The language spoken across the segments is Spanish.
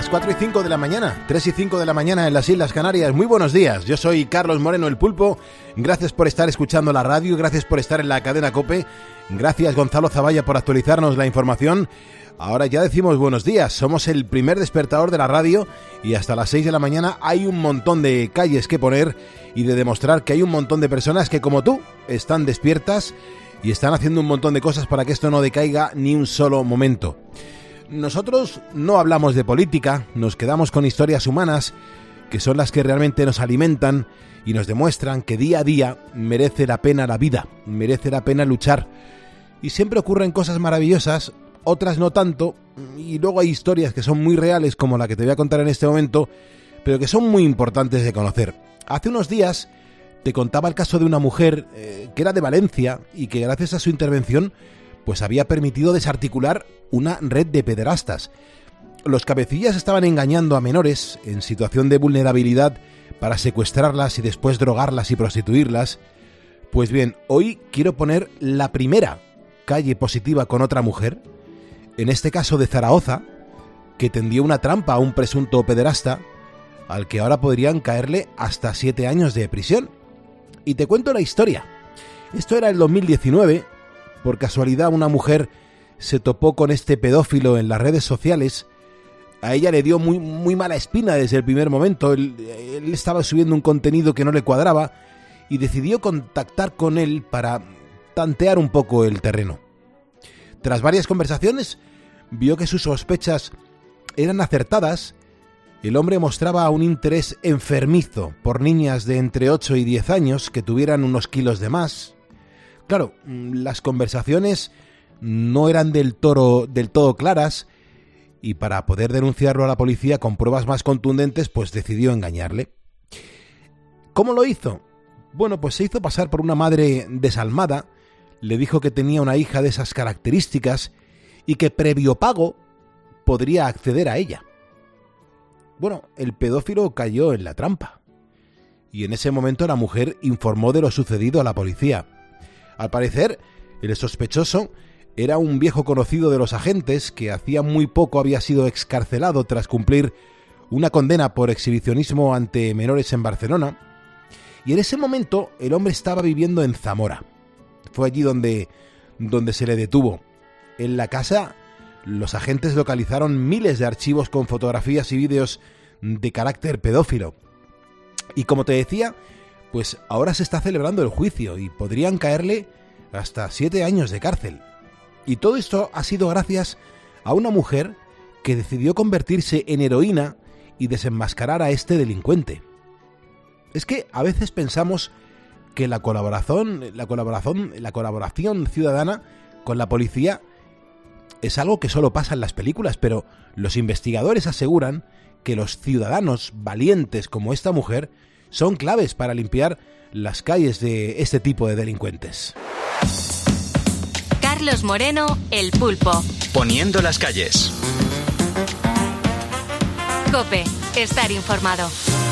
las 4 y 5 de la mañana, 3 y 5 de la mañana en las Islas Canarias. Muy buenos días, yo soy Carlos Moreno, el Pulpo. Gracias por estar escuchando la radio, gracias por estar en la cadena COPE. Gracias Gonzalo Zavalla por actualizarnos la información. Ahora ya decimos buenos días, somos el primer despertador de la radio y hasta las 6 de la mañana hay un montón de calles que poner y de demostrar que hay un montón de personas que, como tú, están despiertas y están haciendo un montón de cosas para que esto no decaiga ni un solo momento. Nosotros no hablamos de política, nos quedamos con historias humanas que son las que realmente nos alimentan y nos demuestran que día a día merece la pena la vida, merece la pena luchar. Y siempre ocurren cosas maravillosas, otras no tanto, y luego hay historias que son muy reales como la que te voy a contar en este momento, pero que son muy importantes de conocer. Hace unos días te contaba el caso de una mujer que era de Valencia y que gracias a su intervención pues había permitido desarticular una red de pederastas. Los cabecillas estaban engañando a menores en situación de vulnerabilidad para secuestrarlas y después drogarlas y prostituirlas. Pues bien, hoy quiero poner la primera calle positiva con otra mujer, en este caso de Zaragoza, que tendió una trampa a un presunto pederasta, al que ahora podrían caerle hasta 7 años de prisión. Y te cuento la historia. Esto era el 2019... Por casualidad una mujer se topó con este pedófilo en las redes sociales. A ella le dio muy mala espina desde el primer momento. Él estaba subiendo un contenido que no le cuadraba y decidió contactar con él para tantear un poco el terreno. Tras varias conversaciones, vio que sus sospechas eran acertadas. El hombre mostraba un interés enfermizo por niñas de entre 8 y 10 años que tuvieran unos kilos de más. Claro, las conversaciones no eran del todo claras y para poder denunciarlo a la policía con pruebas más contundentes, pues decidió engañarle. ¿Cómo lo hizo? Bueno, pues se hizo pasar por una madre desalmada, le dijo que tenía una hija de esas características y que previo pago podría acceder a ella. Bueno, el pedófilo cayó en la trampa y en ese momento la mujer informó de lo sucedido a la policía. Al parecer, el sospechoso era un viejo conocido de los agentes que hacía muy poco había sido excarcelado tras cumplir una condena por exhibicionismo ante menores en Barcelona. Y en ese momento el hombre estaba viviendo en Zamora. Fue allí donde se le detuvo. En la casa, los agentes localizaron miles de archivos con fotografías y vídeos de carácter pedófilo. Y como te decía, pues ahora se está celebrando el juicio y podrían caerle hasta 7 años de cárcel. Y todo esto ha sido gracias a una mujer que decidió convertirse en heroína y desenmascarar a este delincuente. Es que a veces pensamos que la colaboración ciudadana con la policía es algo que solo pasa en las películas, pero los investigadores aseguran que los ciudadanos valientes como esta mujer son claves para limpiar las calles de este tipo de delincuentes. Carlos Moreno, el Pulpo. Poniendo las calles. COPE, estar informado.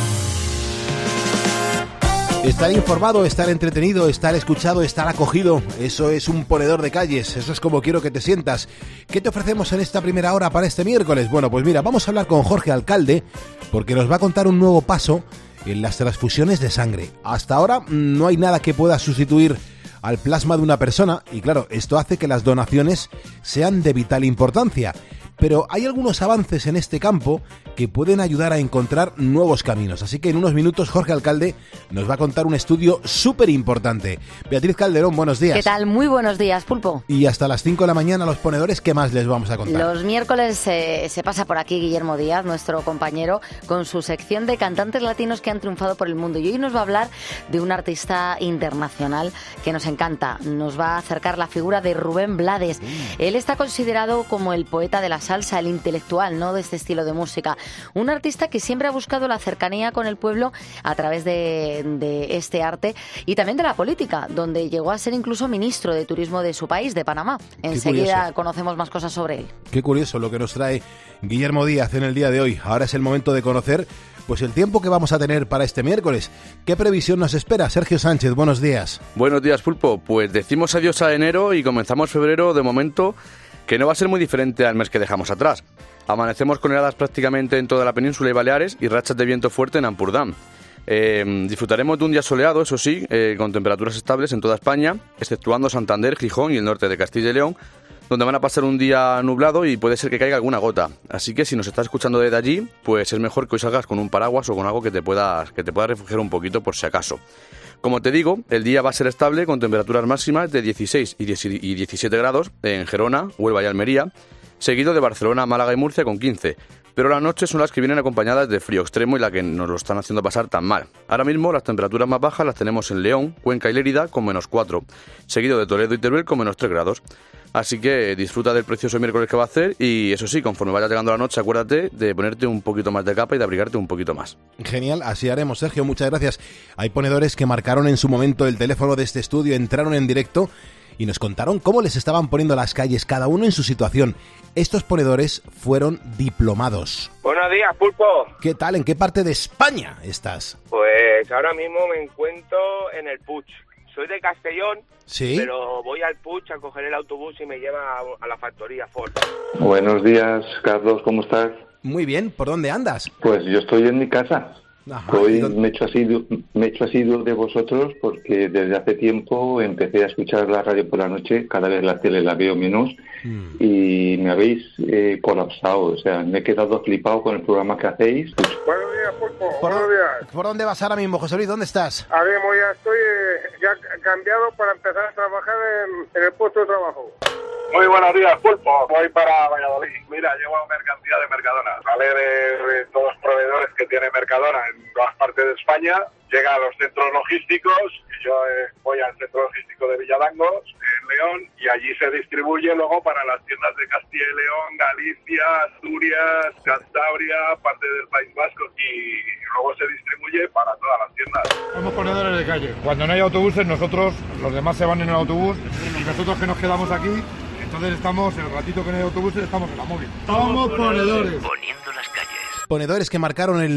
Estar informado, estar entretenido, estar escuchado, estar acogido, eso es un ponedor de calles, eso es como quiero que te sientas. ¿Qué te ofrecemos en esta primera hora para este miércoles? Bueno, pues mira, vamos a hablar con Jorge Alcalde, porque nos va a contar un nuevo paso en las transfusiones de sangre. Hasta ahora no hay nada que pueda sustituir al plasma de una persona y claro, esto hace que las donaciones sean de vital importancia. Pero hay algunos avances en este campo que pueden ayudar a encontrar nuevos caminos. Así que en unos minutos Jorge Alcalde nos va a contar un estudio súper importante. Beatriz Calderón, buenos días. ¿Qué tal? Muy buenos días, Pulpo. Y hasta las 5 de la mañana los ponedores, ¿qué más les vamos a contar? Los miércoles se pasa por aquí Guillermo Díaz, nuestro compañero, con su sección de cantantes latinos que han triunfado por el mundo. Y hoy nos va a hablar de un artista internacional que nos encanta. Nos va a acercar la figura de Rubén Blades. Él está considerado como el poeta de la salsa, el intelectual, ¿no?, de este estilo de música. Un artista que siempre ha buscado la cercanía con el pueblo a través de este arte y también de la política, donde llegó a ser incluso ministro de Turismo de su país, de Panamá. Enseguida conocemos más cosas sobre él. Qué curioso lo que nos trae Guillermo Díaz en el día de hoy. Ahora es el momento de conocer pues el tiempo que vamos a tener para este miércoles. ¿Qué previsión nos espera? Sergio Sánchez, buenos días. Buenos días, Pulpo. Pues decimos adiós a enero y comenzamos febrero de momento, que no va a ser muy diferente al mes que dejamos atrás. Amanecemos con heladas prácticamente en toda la península y Baleares y rachas de viento fuerte en Ampurdán. Disfrutaremos de un día soleado, eso sí, con temperaturas estables en toda España, exceptuando Santander, Gijón y el norte de Castilla y León, donde van a pasar un día nublado y puede ser que caiga alguna gota. Así que si nos estás escuchando desde allí, pues es mejor que hoy salgas con un paraguas o con algo que te pueda refugiar un poquito por si acaso. Como te digo, el día va a ser estable con temperaturas máximas de 16 y 17 grados en Gerona, Huelva y Almería, seguido de Barcelona, Málaga y Murcia con 15. Pero las noches son las que vienen acompañadas de frío extremo y la que nos lo están haciendo pasar tan mal. Ahora mismo las temperaturas más bajas las tenemos en León, Cuenca y Lérida con -4, seguido de Toledo y Teruel con -3 grados. Así que disfruta del precioso miércoles que va a hacer y eso sí, conforme vaya llegando la noche, acuérdate de ponerte un poquito más de capa y de abrigarte un poquito más. Genial, así haremos, Sergio, muchas gracias. Hay ponedores que marcaron en su momento el teléfono de este estudio, entraron en directo y nos contaron cómo les estaban poniendo las calles, cada uno en su situación. Estos ponedores fueron diplomados. Buenos días, Pulpo. ¿Qué tal? ¿En qué parte de España estás? Pues ahora mismo me encuentro en el Puig. Soy de Castellón, ¿sí? Pero voy al Puig a coger el autobús y me lleva a la factoría Ford. Buenos días, Carlos, ¿cómo estás? Muy bien, ¿por dónde andas? Pues yo estoy en mi casa. Ajá, hoy me he hecho asiduo de vosotros porque desde hace tiempo empecé a escuchar la radio por la noche, cada vez la tele la veo menos y me habéis colapsado, o sea, me he quedado flipado con el programa que hacéis. Buenos días, Pulpo. Buenos días. ¿Por dónde vas ahora mismo, José Luis? ¿Dónde estás? Ahora mismo ya estoy ya cambiado para empezar a trabajar en el puesto de trabajo. Muy buenos días, Pulpo. Voy para Valladolid. Mira, llevo mercancía de Mercadona. Sale de todos los proveedores que tiene Mercadona en todas partes de España. Llega a los centros logísticos. Yo voy al centro logístico de Villadangos, en León, y allí se distribuye luego para las tiendas de Castilla y León, Galicia, Asturias, Cantabria, parte del País Vasco, y luego se distribuye para todas las tiendas. Somos ponedores de calle. Cuando no hay autobuses, nosotros, los demás se van en el autobús, y nosotros que nos quedamos aquí, entonces estamos, el ratito que no hay autobuses, estamos en la móvil. Somos ponedores. Poniendo las calles. Ponedores que marcaron el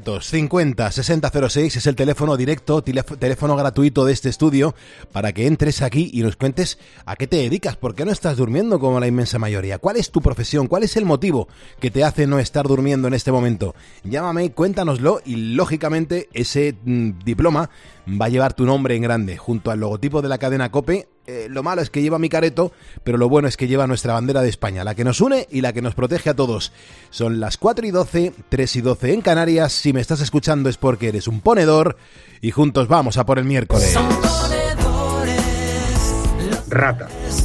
950-6006 es el teléfono directo, teléfono gratuito de este estudio para que entres aquí y nos cuentes a qué te dedicas, por qué no estás durmiendo como la inmensa mayoría, cuál es tu profesión, cuál es el motivo que te hace no estar durmiendo en este momento. Llámame, cuéntanoslo y lógicamente ese diploma va a llevar tu nombre en grande junto al logotipo de la cadena COPE. Lo malo es que lleva mi careto, pero lo bueno es que lleva nuestra bandera de España, la que nos une y la que nos protege a todos. Son las 4:12, 3:12 en Canarias. Si me estás escuchando es porque eres un ponedor y juntos vamos a por el miércoles. Rata.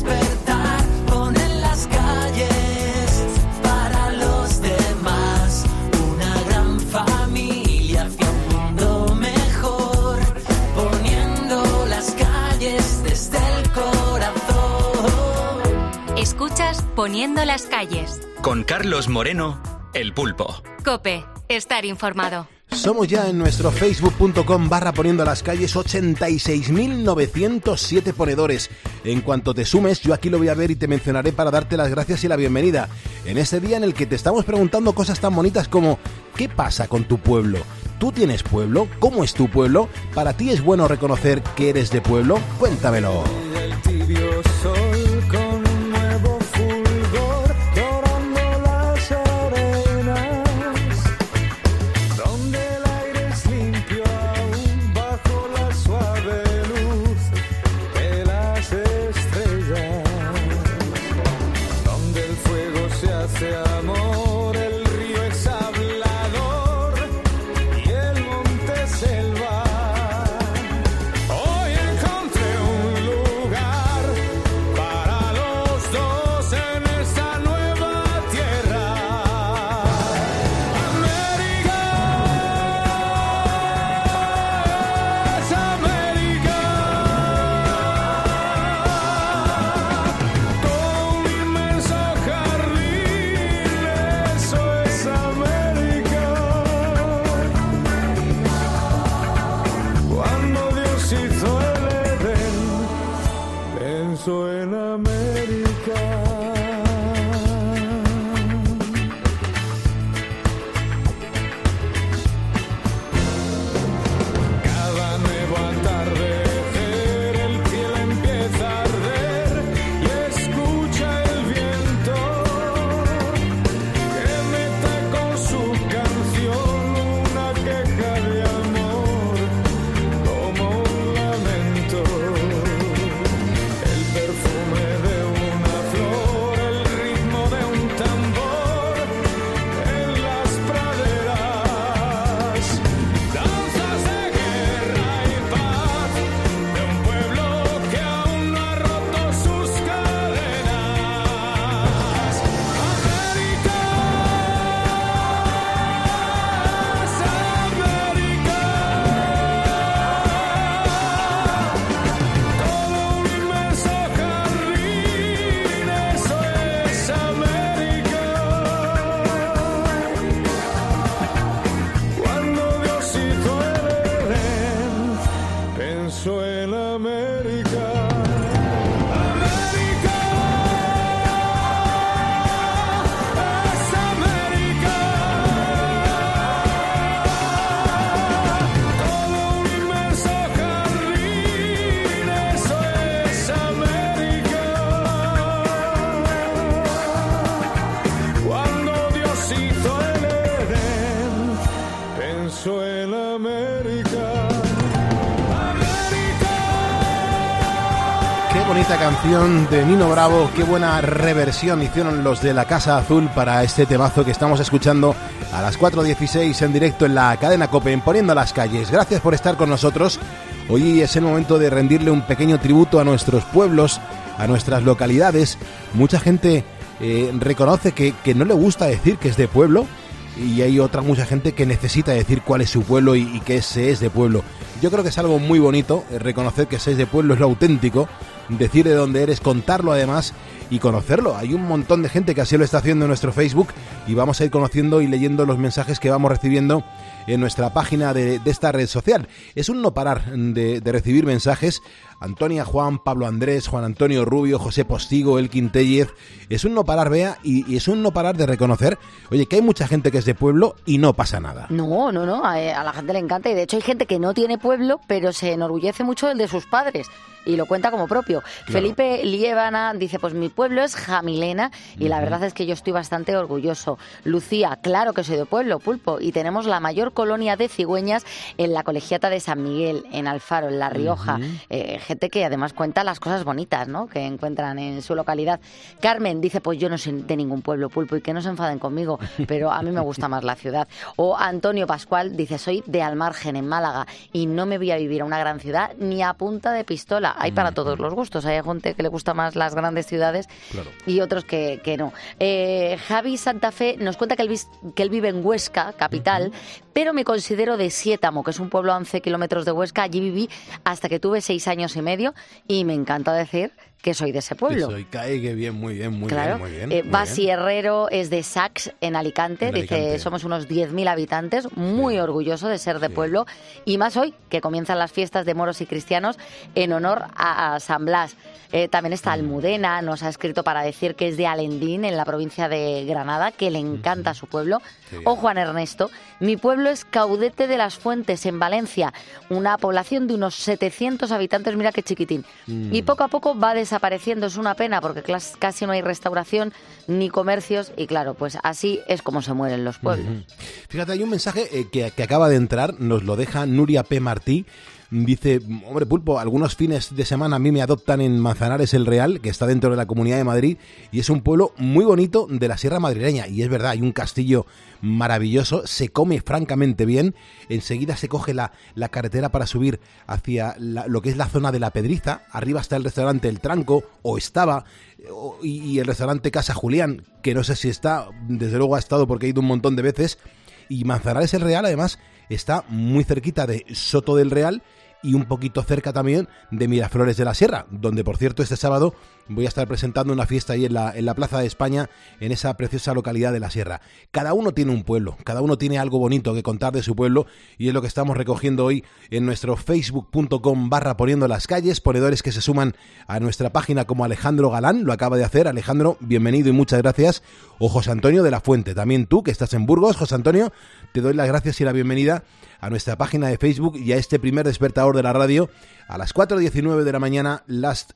Escuchas Poniendo las calles. Con Carlos Moreno, El Pulpo. COPE, estar informado. Somos ya en nuestro facebook.com/poniendo las calles 86.907 ponedores. En cuanto te sumes, yo aquí lo voy a ver y te mencionaré para darte las gracias y la bienvenida. En este día en el que te estamos preguntando cosas tan bonitas como ¿qué pasa con tu pueblo? ¿Tú tienes pueblo? ¿Cómo es tu pueblo? ¿Para ti es bueno reconocer que eres de pueblo? Cuéntamelo. El tibio sol con un nuevo fulgor, dorando las arenas, donde el aire es limpio aún bajo la suave luz de las estrellas, donde el fuego se hace amor, el río es hablador y el monte selva. Hoy encontré un lugar nació en América. Qué bonita canción de Nino Bravo, qué buena reversión hicieron los de la Casa Azul para este temazo que estamos escuchando a las 4:16 en directo en la cadena COPE, en Poniendo las Calles. Gracias por estar con nosotros. Hoy es el momento de rendirle un pequeño tributo a nuestros pueblos, a nuestras localidades. Mucha gente reconoce que no le gusta decir que es de pueblo, y hay mucha gente que necesita decir cuál es su pueblo y que se es de pueblo. Yo creo que es algo muy bonito, reconocer que se es de pueblo es lo auténtico, decir de dónde eres, contarlo además y conocerlo. Hay un montón de gente que así lo está haciendo en nuestro Facebook y vamos a ir conociendo y leyendo los mensajes que vamos recibiendo en nuestra página de esta red social. Es un no parar de recibir mensajes. Antonia Juan, Pablo Andrés, Juan Antonio Rubio, José Postigo, Elkin Tellez. Es un no parar, Bea, y es un no parar de reconocer, oye, que hay mucha gente que es de pueblo y no pasa nada. No, a la gente le encanta, y de hecho hay gente que no tiene pueblo, pero se enorgullece mucho del de sus padres y lo cuenta como propio. Claro. Felipe Liébana dice, pues mi pueblo es Jamilena y la verdad es que yo estoy bastante orgulloso. Lucía, claro que soy de pueblo, Pulpo, y tenemos la mayor colonia de cigüeñas en la Colegiata de San Miguel, en Alfaro, en La Rioja. Gente que además cuenta las cosas bonitas, ¿no?, que encuentran en su localidad. Carmen dice, pues yo no soy de ningún pueblo, Pulpo, y que no se enfaden conmigo, pero a mí me gusta más la ciudad. O Antonio Pascual dice, soy de Almargen, en Málaga, y no me voy a vivir a una gran ciudad ni a punta de pistola. Hay para todos los gustos. Hay gente que le gusta más las grandes ciudades, claro, y otros que no. Javi Santa Fe nos cuenta que él vive en Huesca, capital, pero me considero de Siétamo, que es un pueblo a 11 kilómetros de Huesca. Allí viví hasta que tuve 6 años y medio y me encanta decir que soy de ese pueblo. Que bien, muy bien, muy bien. Basi Herrero es de Sax, en Alicante. Dice, somos unos 10.000 habitantes, muy orgulloso de ser de pueblo, y más hoy, que comienzan las fiestas de moros y cristianos en honor a San Blas. También está Almudena, nos ha escrito para decir que es de Alendín, en la provincia de Granada, que le encanta su pueblo. O Juan Ernesto, mi pueblo es Caudete de las Fuentes, en Valencia, una población de unos 700 habitantes, mira qué chiquitín. Y poco a poco va desapareciendo, es una pena, porque casi no hay restauración ni comercios, y claro, pues así es como se mueren los pueblos. Fíjate, hay un mensaje que acaba de entrar, nos lo deja Nuria P. Martí. Dice, hombre, Pulpo, algunos fines de semana a mí me adoptan en Manzanares el Real, que está dentro de la Comunidad de Madrid, y es un pueblo muy bonito de la Sierra Madrileña, y es verdad, hay un castillo maravilloso, se come francamente bien, enseguida se coge la carretera para subir hacia lo que es la zona de la Pedriza, arriba está el restaurante El Tranco, o estaba, y el restaurante Casa Julián, que no sé si está, desde luego ha estado porque he ido un montón de veces, y Manzanares el Real además está muy cerquita de Soto del Real y un poquito cerca también de Miraflores de la Sierra, donde por cierto este sábado voy a estar presentando una fiesta ahí en la Plaza de España, en esa preciosa localidad de la Sierra. Cada uno tiene un pueblo, cada uno tiene algo bonito que contar de su pueblo, y es lo que estamos recogiendo hoy en nuestro facebook.com/Poniendo las Calles, ponedores que se suman a nuestra página como Alejandro Galán, lo acaba de hacer. Alejandro, bienvenido y muchas gracias. O José Antonio de la Fuente, también tú que estás en Burgos. José Antonio, te doy las gracias y la bienvenida a nuestra página de Facebook y a este primer despertador de la radio a las 4:19 de la mañana, las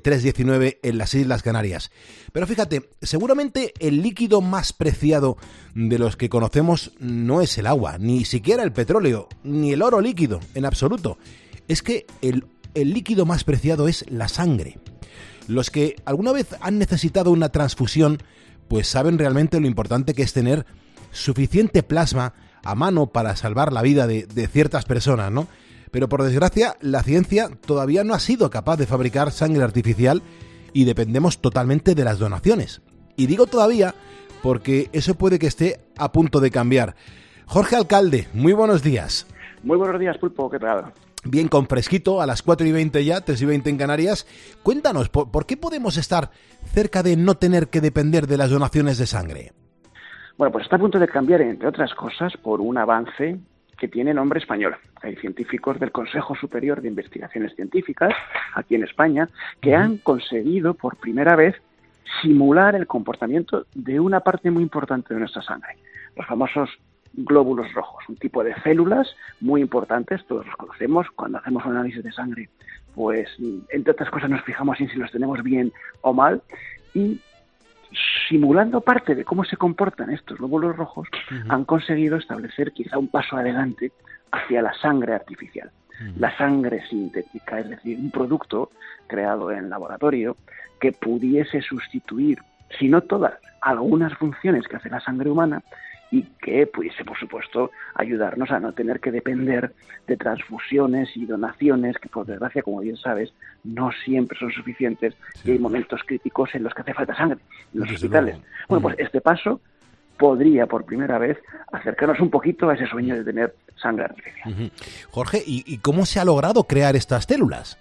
3:19 en las Islas Canarias. Pero fíjate, seguramente el líquido más preciado de los que conocemos no es el agua, ni siquiera el petróleo, ni el oro líquido, en absoluto. Es que el líquido más preciado es la sangre. Los que alguna vez han necesitado una transfusión, pues saben realmente lo importante que es tener suficiente plasma a mano para salvar la vida de ciertas personas, ¿no? Pero por desgracia, la ciencia todavía no ha sido capaz de fabricar sangre artificial y dependemos totalmente de las donaciones. Y digo todavía porque eso puede que esté a punto de cambiar. Jorge Alcalde, muy buenos días. Muy buenos días, Pulpo, ¿qué tal? Bien, con fresquito, a las 4:20 ya, 3:20 en Canarias. Cuéntanos, ¿por qué podemos estar cerca de no tener que depender de las donaciones de sangre? Bueno, pues está a punto de cambiar, entre otras cosas, por un avance que tiene nombre español. Hay científicos del Consejo Superior de Investigaciones Científicas, aquí en España, que han conseguido por primera vez simular el comportamiento de una parte muy importante de nuestra sangre, los famosos glóbulos rojos, un tipo de células muy importantes, todos los conocemos. Cuando hacemos un análisis de sangre, pues entre otras cosas nos fijamos en si los tenemos bien o mal, y simulando parte de cómo se comportan estos glóbulos rojos, han conseguido establecer quizá un paso adelante hacia la sangre artificial. La sangre sintética, es decir, un producto creado en laboratorio que pudiese sustituir, si no todas, algunas funciones que hace la sangre humana y que pudiese, por supuesto, ayudarnos a no tener que depender de transfusiones y donaciones que, por desgracia, como bien sabes, no siempre son suficientes y hay momentos críticos en los que hace falta sangre en los hospitales. Bueno, pues este paso podría, por primera vez, acercarnos un poquito a ese sueño de tener sangre artificial. Jorge, ¿y cómo se ha logrado crear estas células?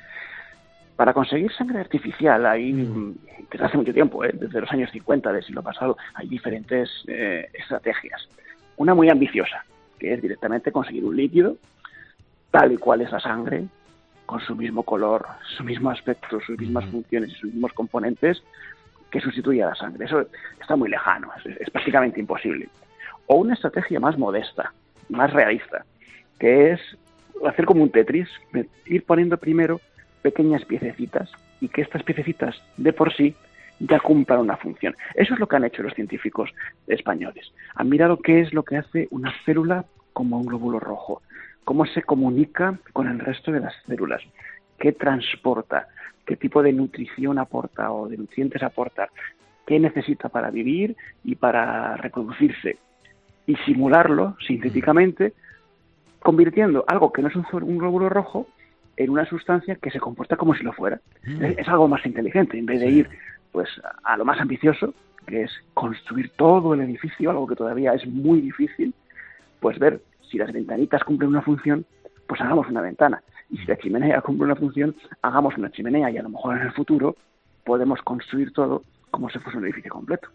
Para conseguir sangre artificial hay, desde hace mucho tiempo, desde los años 50 del siglo pasado, hay diferentes estrategias. Una muy ambiciosa, que es directamente conseguir un líquido, tal y cual es la sangre, con su mismo color, su mismo aspecto, sus mismas funciones y sus mismos componentes, que sustituya a la sangre. Eso está muy lejano, es prácticamente imposible. O una estrategia más modesta, más realista, que es hacer como un Tetris, ir poniendo primero pequeñas piececitas y que estas piececitas de por sí ya cumplan una función. Eso es lo que han hecho los científicos españoles. Han mirado qué es lo que hace una célula como un glóbulo rojo, cómo se comunica con el resto de las células, qué transporta, qué tipo de nutrición aporta o de nutrientes aporta, qué necesita para vivir y para reproducirse, y simularlo sintéticamente, convirtiendo algo que no es un glóbulo rojo en una sustancia que se comporta como si lo fuera. Es algo más inteligente, en vez de ir pues a lo más ambicioso, que es construir todo el edificio, algo que todavía es muy difícil, pues ver si las ventanitas cumplen una función, pues hagamos una ventana. Y si la chimenea cumple una función, hagamos una chimenea y a lo mejor en el futuro podemos construir todo como si fuese un edificio completo.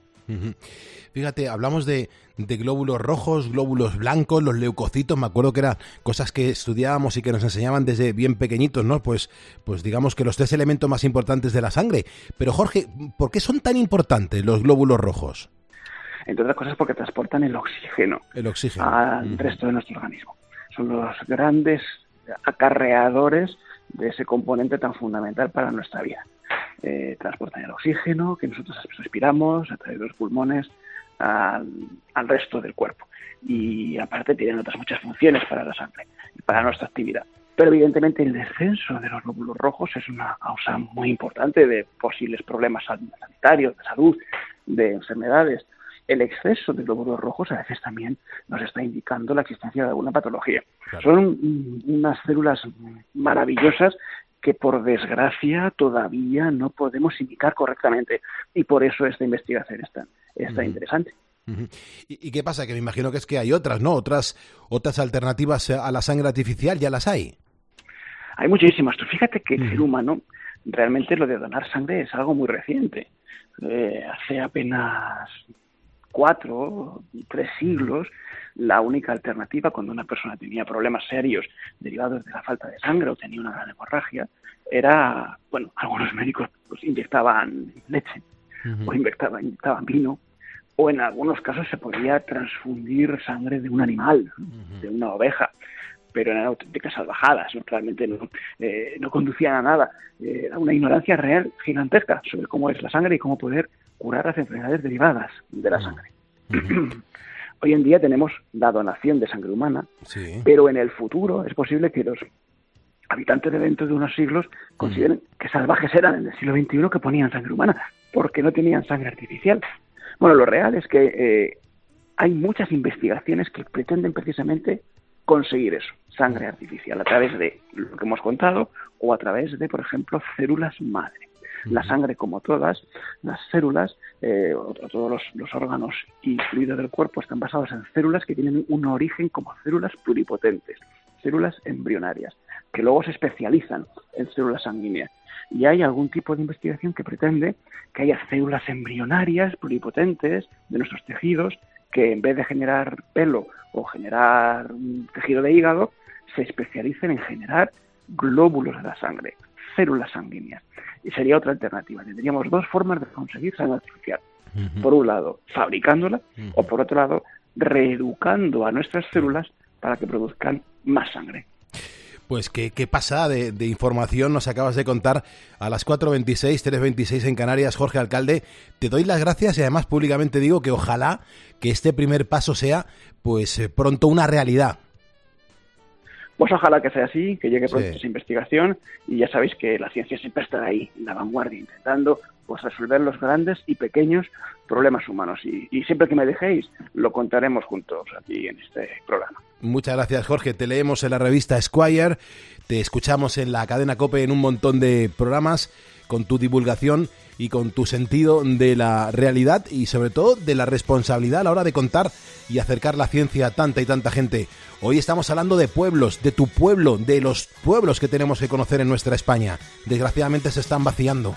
Fíjate, hablamos de glóbulos rojos, glóbulos blancos, los leucocitos, me acuerdo que eran cosas que estudiábamos y que nos enseñaban desde bien pequeñitos, ¿no? Pues digamos que los 3 elementos más importantes de la sangre. Pero Jorge, ¿por qué son tan importantes los glóbulos rojos? Entre otras cosas porque transportan el oxígeno al resto de nuestro organismo. Son los grandes acarreadores de ese componente tan fundamental para nuestra vida. Transportan el oxígeno que nosotros respiramos a través de los pulmones al resto del cuerpo. Y aparte tienen otras muchas funciones para la sangre y para nuestra actividad. Pero evidentemente el descenso de los glóbulos rojos es una causa muy importante de posibles problemas sanitarios, de salud, de enfermedades. El exceso de glóbulos rojos a veces también nos está indicando la existencia de alguna patología. Claro. Son unas células maravillosas que por desgracia todavía no podemos indicar correctamente y por eso esta investigación está interesante. ¿Y qué pasa? Que me imagino que es que hay otras, ¿no? Otras alternativas a la sangre artificial, ¿ya las hay? Hay muchísimas. Tú fíjate que el ser humano, realmente lo de donar sangre es algo muy reciente. Hace apenas 4 o 3 siglos, la única alternativa cuando una persona tenía problemas serios derivados de la falta de sangre o tenía una gran hemorragia era, bueno, algunos médicos pues inyectaban leche o inyectaban vino, o en algunos casos se podía transfundir sangre de un animal, de una oveja, pero eran auténticas salvajadas, ¿no? Realmente no conducían a nada. Era una ignorancia real gigantesca sobre cómo es la sangre y cómo poder curar las enfermedades derivadas de la sangre. Hoy en día tenemos la donación de sangre humana, pero en el futuro es posible que los habitantes de dentro de unos siglos consideren que salvajes eran en el siglo XXI que ponían sangre humana, porque no tenían sangre artificial. Bueno, lo real es que hay muchas investigaciones que pretenden precisamente conseguir eso, sangre artificial, a través de lo que hemos contado o a través de, por ejemplo, células madre. La sangre, como todas las células, todos los órganos y fluidos del cuerpo están basados en células que tienen un origen como células pluripotentes, células embrionarias, que luego se especializan en células sanguíneas. Y hay algún tipo de investigación que pretende que haya células embrionarias pluripotentes de nuestros tejidos que en vez de generar pelo o generar un tejido de hígado, se especialicen en generar glóbulos de la sangre, células sanguíneas. Y sería otra alternativa. Tendríamos 2 formas de conseguir sangre artificial. Por un lado, fabricándola, o por otro lado, reeducando a nuestras células para que produzcan más sangre. Pues qué pasada de información nos acabas de contar a las 4:26, 3:26 en Canarias, Jorge Alcalde. Te doy las gracias y además públicamente digo que ojalá que este primer paso sea pues pronto una realidad. Pues ojalá que sea así, que llegue pronto esa investigación, y ya sabéis que la ciencia siempre está ahí, en la vanguardia, intentando pues resolver los grandes y pequeños problemas humanos. Y siempre que me dejéis, lo contaremos juntos aquí en este programa. Muchas gracias, Jorge. Te leemos en la revista Esquire, te escuchamos en la cadena COPE en un montón de programas con tu divulgación y con tu sentido de la realidad y sobre todo de la responsabilidad a la hora de contar y acercar la ciencia a tanta y tanta gente. Hoy estamos hablando de pueblos, de tu pueblo, de los pueblos que tenemos que conocer en nuestra España. Desgraciadamente se están vaciando.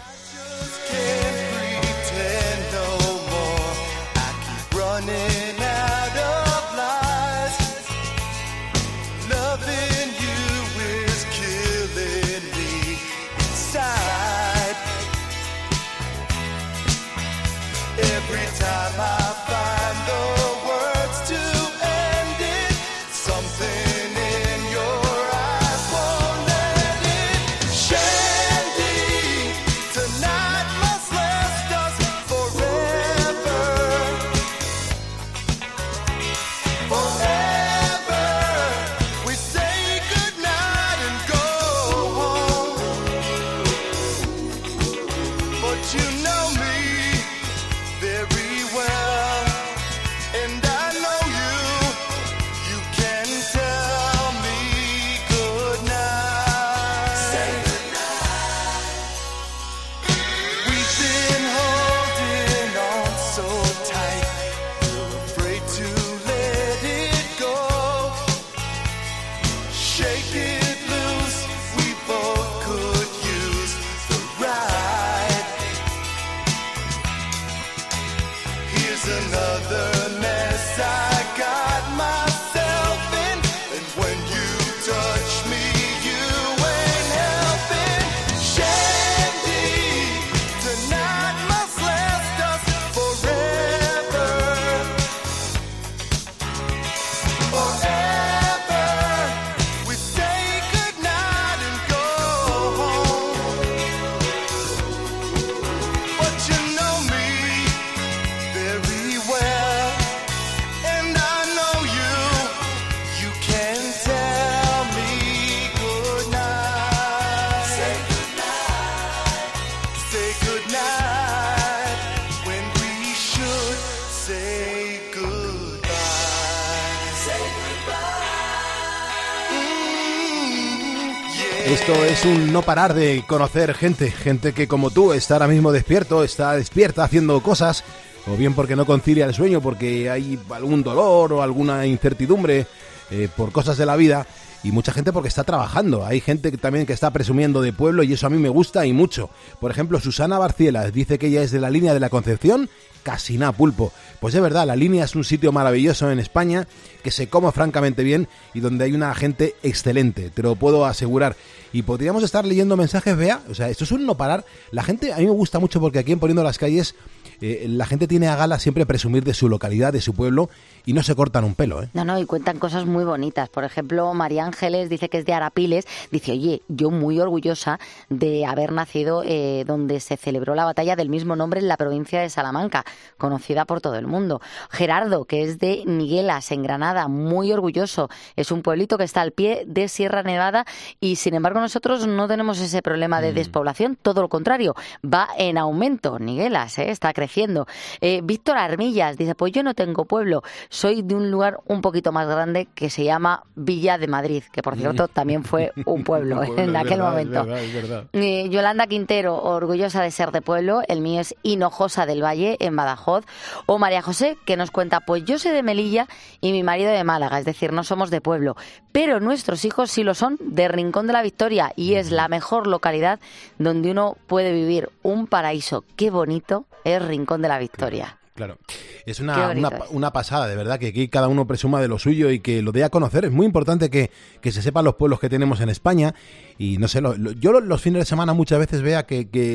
Esto es un no parar de conocer gente que como tú está ahora mismo está despierta haciendo cosas, o bien porque no concilia el sueño, porque hay algún dolor o alguna incertidumbre por cosas de la vida, y mucha gente porque está trabajando. Hay gente también que está presumiendo de pueblo y eso a mí me gusta y mucho. Por ejemplo, Susana Barcielas dice que ella es de la línea de la Concepción, Casiná, Pulpo. Pues es verdad, la línea es un sitio maravilloso en España, que se come francamente bien y donde hay una gente excelente, te lo puedo asegurar. Y podríamos estar leyendo mensajes, Bea, o sea, esto es un no parar. La gente, a mí me gusta mucho porque aquí en Poniendo las Calles, la gente tiene a gala siempre presumir de su localidad, de su pueblo, y no se cortan un pelo, ¿eh? No, y cuentan cosas muy bonitas. Por ejemplo, María Ángeles dice que es de Arapiles. Dice, oye, yo muy orgullosa de haber nacido donde se celebró la batalla del mismo nombre en la provincia de Salamanca, conocida por todo el mundo. Gerardo, que es de Niguelas, en Granada, muy orgulloso. Es un pueblito que está al pie de Sierra Nevada y, sin embargo, nosotros no tenemos ese problema de despoblación. Todo lo contrario, va en aumento. Niguelas, está creciendo. Víctor Armillas dice, pues yo no tengo pueblo, soy de un lugar un poquito más grande que se llama Villa de Madrid, que por cierto también fue un pueblo, en aquel momento. Es verdad. Yolanda Quintero, orgullosa de ser de pueblo, el mío es Hinojosa del Valle, en Badajoz. O María José, que nos cuenta, pues yo soy de Melilla y mi marido de Málaga, es decir, no somos de pueblo, pero nuestros hijos sí lo son, de Rincón de la Victoria, y es la mejor localidad donde uno puede vivir un paraíso. Qué bonito es Rincón de la Victoria. Claro, es una pasada, de verdad, que aquí cada uno presuma de lo suyo y que lo dé a conocer. Es muy importante que se sepan los pueblos que tenemos en España. Y no sé, yo los fines de semana muchas veces vea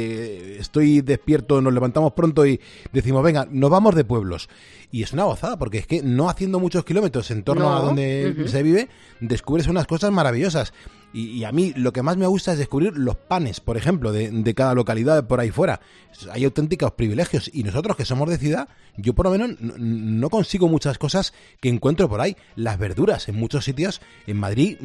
que estoy despierto, nos levantamos pronto y decimos, venga, nos vamos de pueblos. Y es una gozada, porque es que no haciendo muchos kilómetros en torno a donde se vive, descubres unas cosas maravillosas. Y a mí lo que más me gusta es descubrir los panes, por ejemplo, de cada localidad por ahí fuera. Hay auténticos privilegios y nosotros que somos de ciudad, yo por lo menos no consigo muchas cosas que encuentro por ahí. Las verduras en muchos sitios, en Madrid,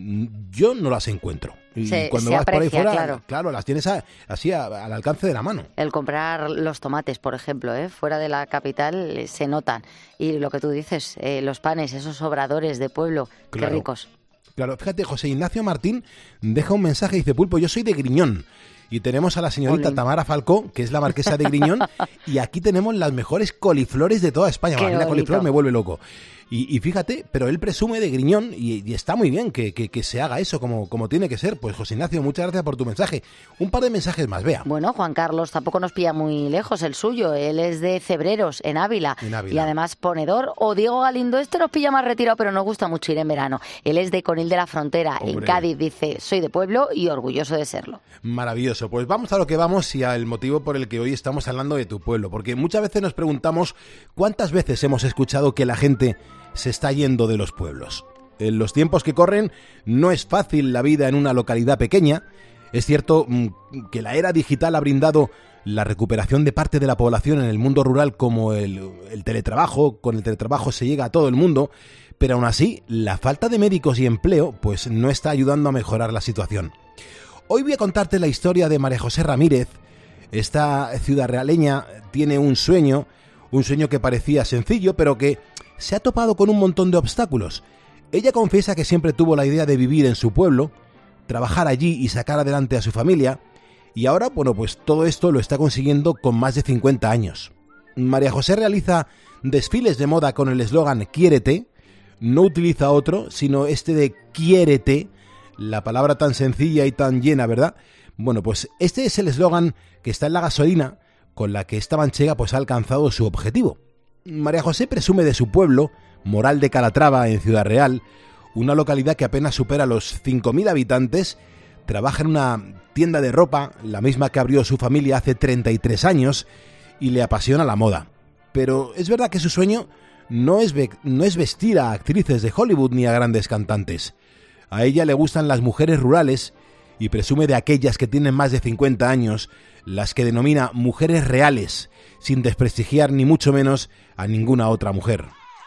yo no las encuentro. Y cuando vas por ahí fuera, claro, las tienes así al alcance de la mano. El comprar los tomates, por ejemplo, fuera de la capital se notan. Y lo que tú dices, los panes, esos obradores de pueblo, qué ricos. Claro, fíjate, José Ignacio Martín deja un mensaje, dice: Pulpo, yo soy de Griñón. Y tenemos a la señorita Tamara Falcó, que es la marquesa de Griñón, y aquí tenemos las mejores coliflores de toda España. A mí la coliflor me vuelve loco. Y fíjate, pero él presume de Griñón y está muy bien que se haga eso como tiene que ser. Pues José Ignacio, muchas gracias por tu mensaje. Un par de mensajes más, vea. Bueno, Juan Carlos tampoco nos pilla muy lejos el suyo. Él es de Cebreros, en Ávila. Y además ponedor. O Diego Galindo, nos pilla más retirado, pero nos gusta mucho ir en verano. Él es de Conil de la Frontera, en Cádiz. Dice: soy de pueblo y orgulloso de serlo. Maravilloso. Pues vamos a lo que vamos y al motivo por el que hoy estamos hablando de tu pueblo. Porque muchas veces nos preguntamos cuántas veces hemos escuchado que la gente se está yendo de los pueblos. En los tiempos que corren no es fácil la vida en una localidad pequeña. Es cierto que la era digital ha brindado la recuperación de parte de la población en el mundo rural, como el teletrabajo. Con el teletrabajo se llega a todo el mundo, pero aún así la falta de médicos y empleo pues no está ayudando a mejorar la situación. Hoy voy a contarte la historia de María José Ramírez. Esta ciudadrealeña tiene un sueño que parecía sencillo, pero que se ha topado con un montón de obstáculos. Ella confiesa que siempre tuvo la idea de vivir en su pueblo, trabajar allí y sacar adelante a su familia, y ahora, bueno, pues todo esto lo está consiguiendo con más de 50 años. María José realiza desfiles de moda con el eslogan «Quiérete», no utiliza otro, sino este de «Quiérete», la palabra tan sencilla y tan llena, ¿verdad? Bueno, pues este es el eslogan que está en la gasolina con la que esta manchega pues ha alcanzado su objetivo. María José presume de su pueblo, Moral de Calatrava, en Ciudad Real, una localidad que apenas supera los 5.000 habitantes. Trabaja en una tienda de ropa, la misma que abrió su familia hace 33 años, y le apasiona la moda. Pero es verdad que su sueño no es vestir a actrices de Hollywood ni a grandes cantantes. A ella le gustan las mujeres rurales y presume de aquellas que tienen más de 50 años, las que denomina mujeres reales, sin desprestigiar ni mucho menos a ninguna otra mujer.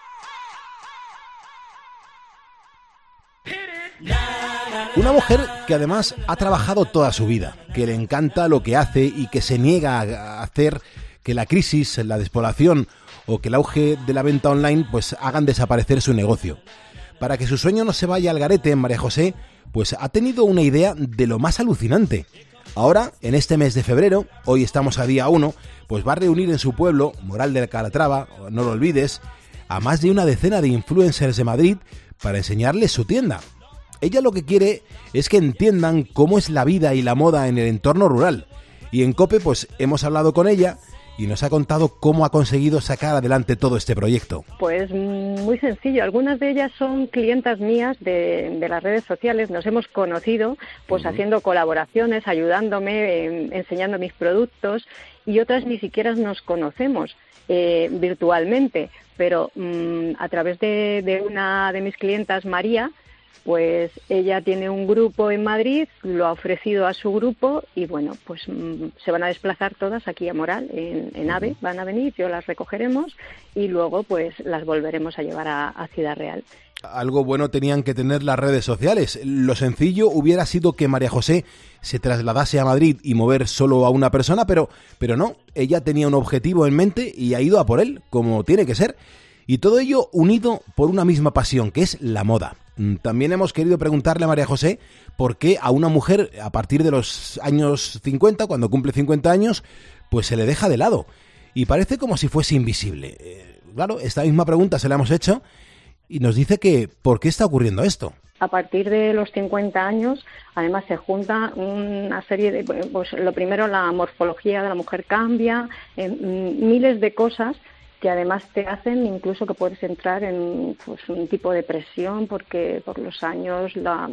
Una mujer que además ha trabajado toda su vida, que le encanta lo que hace y que se niega a hacer que la crisis, la despoblación o que el auge de la venta online pues hagan desaparecer su negocio. Para que su sueño no se vaya al garete, María José pues ha tenido una idea de lo más alucinante. Ahora, en este mes de febrero, hoy estamos a día 1, pues va a reunir en su pueblo, Moral de Calatrava, no lo olvides, a más de una decena de influencers de Madrid para enseñarles su tienda. Ella lo que quiere es que entiendan cómo es la vida y la moda en el entorno rural. Y en COPE pues hemos hablado con ella y nos ha contado cómo ha conseguido sacar adelante todo este proyecto. Pues muy sencillo. Algunas de ellas son clientas mías de las redes sociales. Nos hemos conocido pues haciendo colaboraciones, ayudándome, enseñando mis productos, y otras ni siquiera nos conocemos virtualmente, pero a través de una de mis clientas, María, pues ella tiene un grupo en Madrid, lo ha ofrecido a su grupo y bueno, pues se van a desplazar todas aquí a Moral, en AVE, van a venir, yo las recogeremos y luego pues las volveremos a llevar a Ciudad Real. Algo bueno tenían que tener las redes sociales. Lo sencillo hubiera sido que María José se trasladase a Madrid y mover solo a una persona, pero no, ella tenía un objetivo en mente y ha ido a por él, como tiene que ser. Y todo ello unido por una misma pasión, que es la moda. También hemos querido preguntarle a María José por qué a una mujer a partir de los años 50, cuando cumple 50 años, pues se le deja de lado. Y parece como si fuese invisible. Claro, esta misma pregunta se la hemos hecho y nos dice que ¿por qué está ocurriendo esto? A partir de los 50 años, además, se junta una serie de... Pues lo primero, la morfología de la mujer cambia, miles de cosas que además te hacen incluso que puedes entrar en pues, un tipo de depresión porque por los años,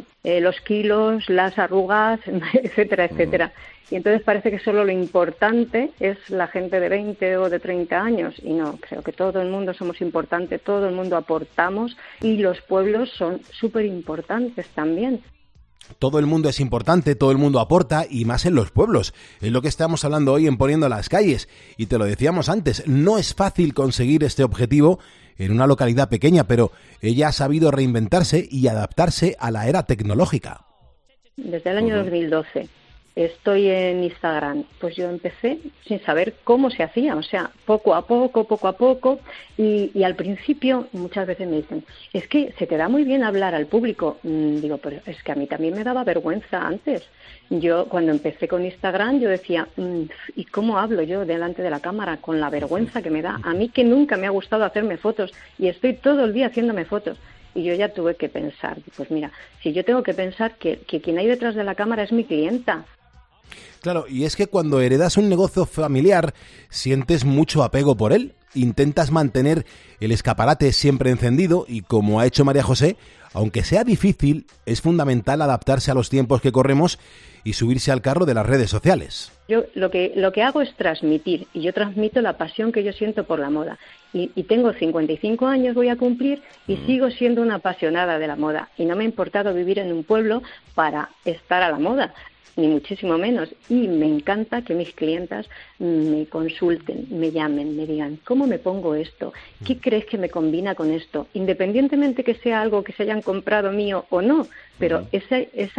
los kilos, las arrugas, etcétera, etcétera. Y entonces parece que solo lo importante es la gente de 20 o de 30 años. Y no, creo que todo el mundo somos importantes, todo el mundo aportamos y los pueblos son súper importantes también. Todo el mundo es importante, todo el mundo aporta, y más en los pueblos. Es lo que estamos hablando hoy en Poniendo las Calles. Y te lo decíamos antes, no es fácil conseguir este objetivo en una localidad pequeña, pero ella ha sabido reinventarse y adaptarse a la era tecnológica. Desde el año 2012 estoy en Instagram. Pues yo empecé sin saber cómo se hacía, o sea, poco a poco, y al principio muchas veces me dicen, es que se te da muy bien hablar al público. Digo, pero es que a mí también me daba vergüenza antes. Yo cuando empecé con Instagram yo decía, ¿y cómo hablo yo delante de la cámara? Con la vergüenza que me da. A mí que nunca me ha gustado hacerme fotos y estoy todo el día haciéndome fotos. Y yo ya tuve que pensar, pues mira, si yo tengo que pensar que quien hay detrás de la cámara es mi clienta. Claro, y es que cuando heredas un negocio familiar, sientes mucho apego por él, intentas mantener el escaparate siempre encendido y, como ha hecho María José, aunque sea difícil, es fundamental adaptarse a los tiempos que corremos y subirse al carro de las redes sociales. Yo lo que hago es transmitir, y yo transmito la pasión que yo siento por la moda. Y tengo 55 años, voy a cumplir, y sigo siendo una apasionada de la moda. Y no me ha importado vivir en un pueblo para estar a la moda, ni muchísimo menos. Y me encanta que mis clientas me consulten, me llamen, me digan, ¿cómo me pongo esto? ¿Qué crees que me combina con esto? Independientemente que sea algo que se hayan comprado mío o no, pero eso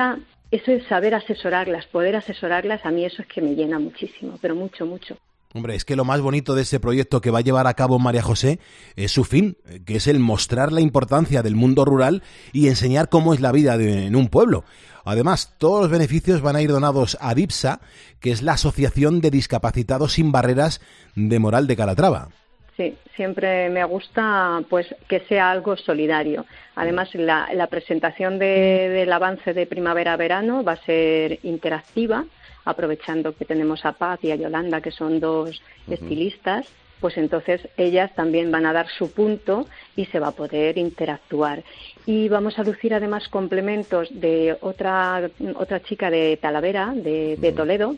es saber asesorarlas, poder asesorarlas, a mí eso es que me llena muchísimo, pero mucho, mucho. Hombre, es que lo más bonito de este proyecto que va a llevar a cabo María José es su fin, que es el mostrar la importancia del mundo rural y enseñar cómo es la vida en un pueblo. Además, todos los beneficios van a ir donados a DIPSA, que es la Asociación de Discapacitados Sin Barreras de Moral de Calatrava. Sí, siempre me gusta pues que sea algo solidario. Además, la presentación del avance de primavera-verano va a ser interactiva, aprovechando que tenemos a Paz y a Yolanda, que son dos estilistas, pues entonces ellas también van a dar su punto y se va a poder interactuar. Y vamos a lucir además complementos de otra chica de Talavera, de Toledo,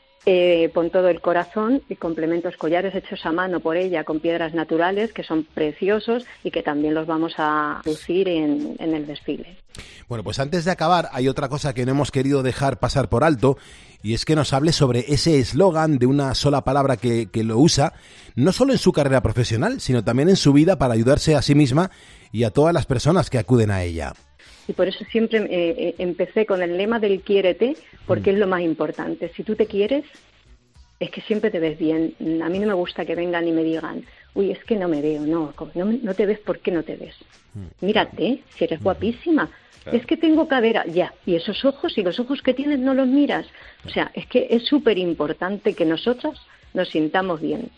con todo el corazón, y complementos, collares hechos a mano por ella con piedras naturales que son preciosos y que también los vamos a lucir en el desfile. Bueno, pues antes de acabar hay otra cosa que no hemos querido dejar pasar por alto, y es que nos hable sobre ese eslogan de una sola palabra que lo usa, no solo en su carrera profesional, sino también en su vida, para ayudarse a sí misma y a todas las personas que acuden a ella. Y por eso siempre empecé con el lema del quiérete, porque es lo más importante. Si tú te quieres, es que siempre te ves bien. A mí no me gusta que vengan y me digan, uy, es que no me veo. No te ves, ¿por qué no te ves? Mírate, si eres guapísima. Claro. Es que tengo cadera, ya. Y esos ojos, y los ojos que tienes no los miras. O sea, es que es súper importante que nosotras nos sintamos bien.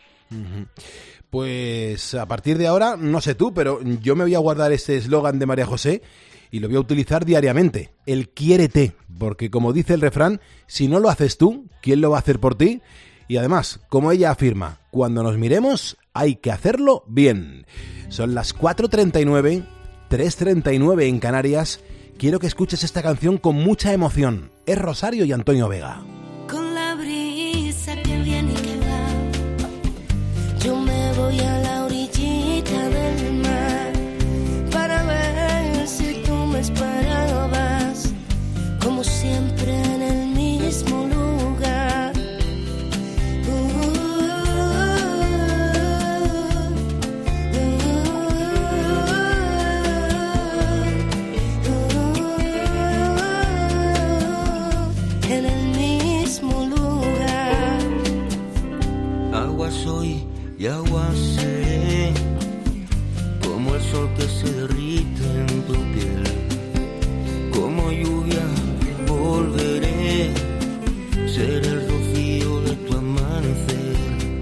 Pues a partir de ahora, no sé tú, pero yo me voy a guardar este eslogan de María José y lo voy a utilizar diariamente, el quiérete, porque como dice el refrán, si no lo haces tú, ¿quién lo va a hacer por ti? Y además, como ella afirma, cuando nos miremos hay que hacerlo bien. Son las 4:39, 3:39 en Canarias. Quiero que escuches esta canción con mucha emoción. Es Rosario y Antonio Vega. Con la brisa que viene y que va, yo me voy a la orillita del mar para ver si tú me esperabas, como siempre en el mismo lugar. En el mismo lugar. Agua soy y agua seré, como el sol que se derrite en tu piel, como lluvia volveré, seré el rocío de tu amanecer,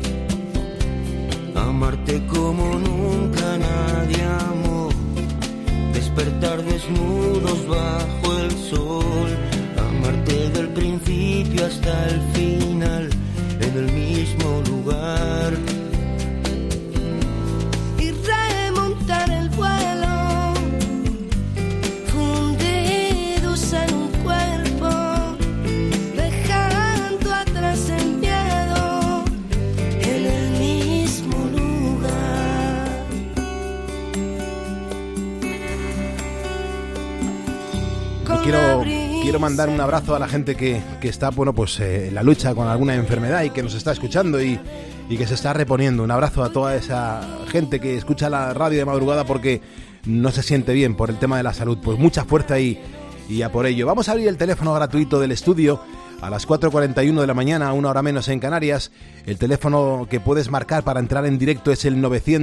amarte como nunca nadie amó, despertar desnudos bajo el sol, amarte del principio hasta el final, en el mismo lugar. Y remontar el vuelo, fundidos en un cuerpo, dejando atrás el miedo, en el mismo lugar. No quiero quiero mandar un abrazo a la gente que está, bueno, pues en la lucha con alguna enfermedad y que nos está escuchando y que se está reponiendo. Un abrazo a toda esa gente que escucha la radio de madrugada porque no se siente bien por el tema de la salud. Pues mucha fuerza y a por ello. Vamos a abrir el teléfono gratuito del estudio a las 4:41 de la mañana, una hora menos en Canarias. El teléfono que puedes marcar para entrar en directo es el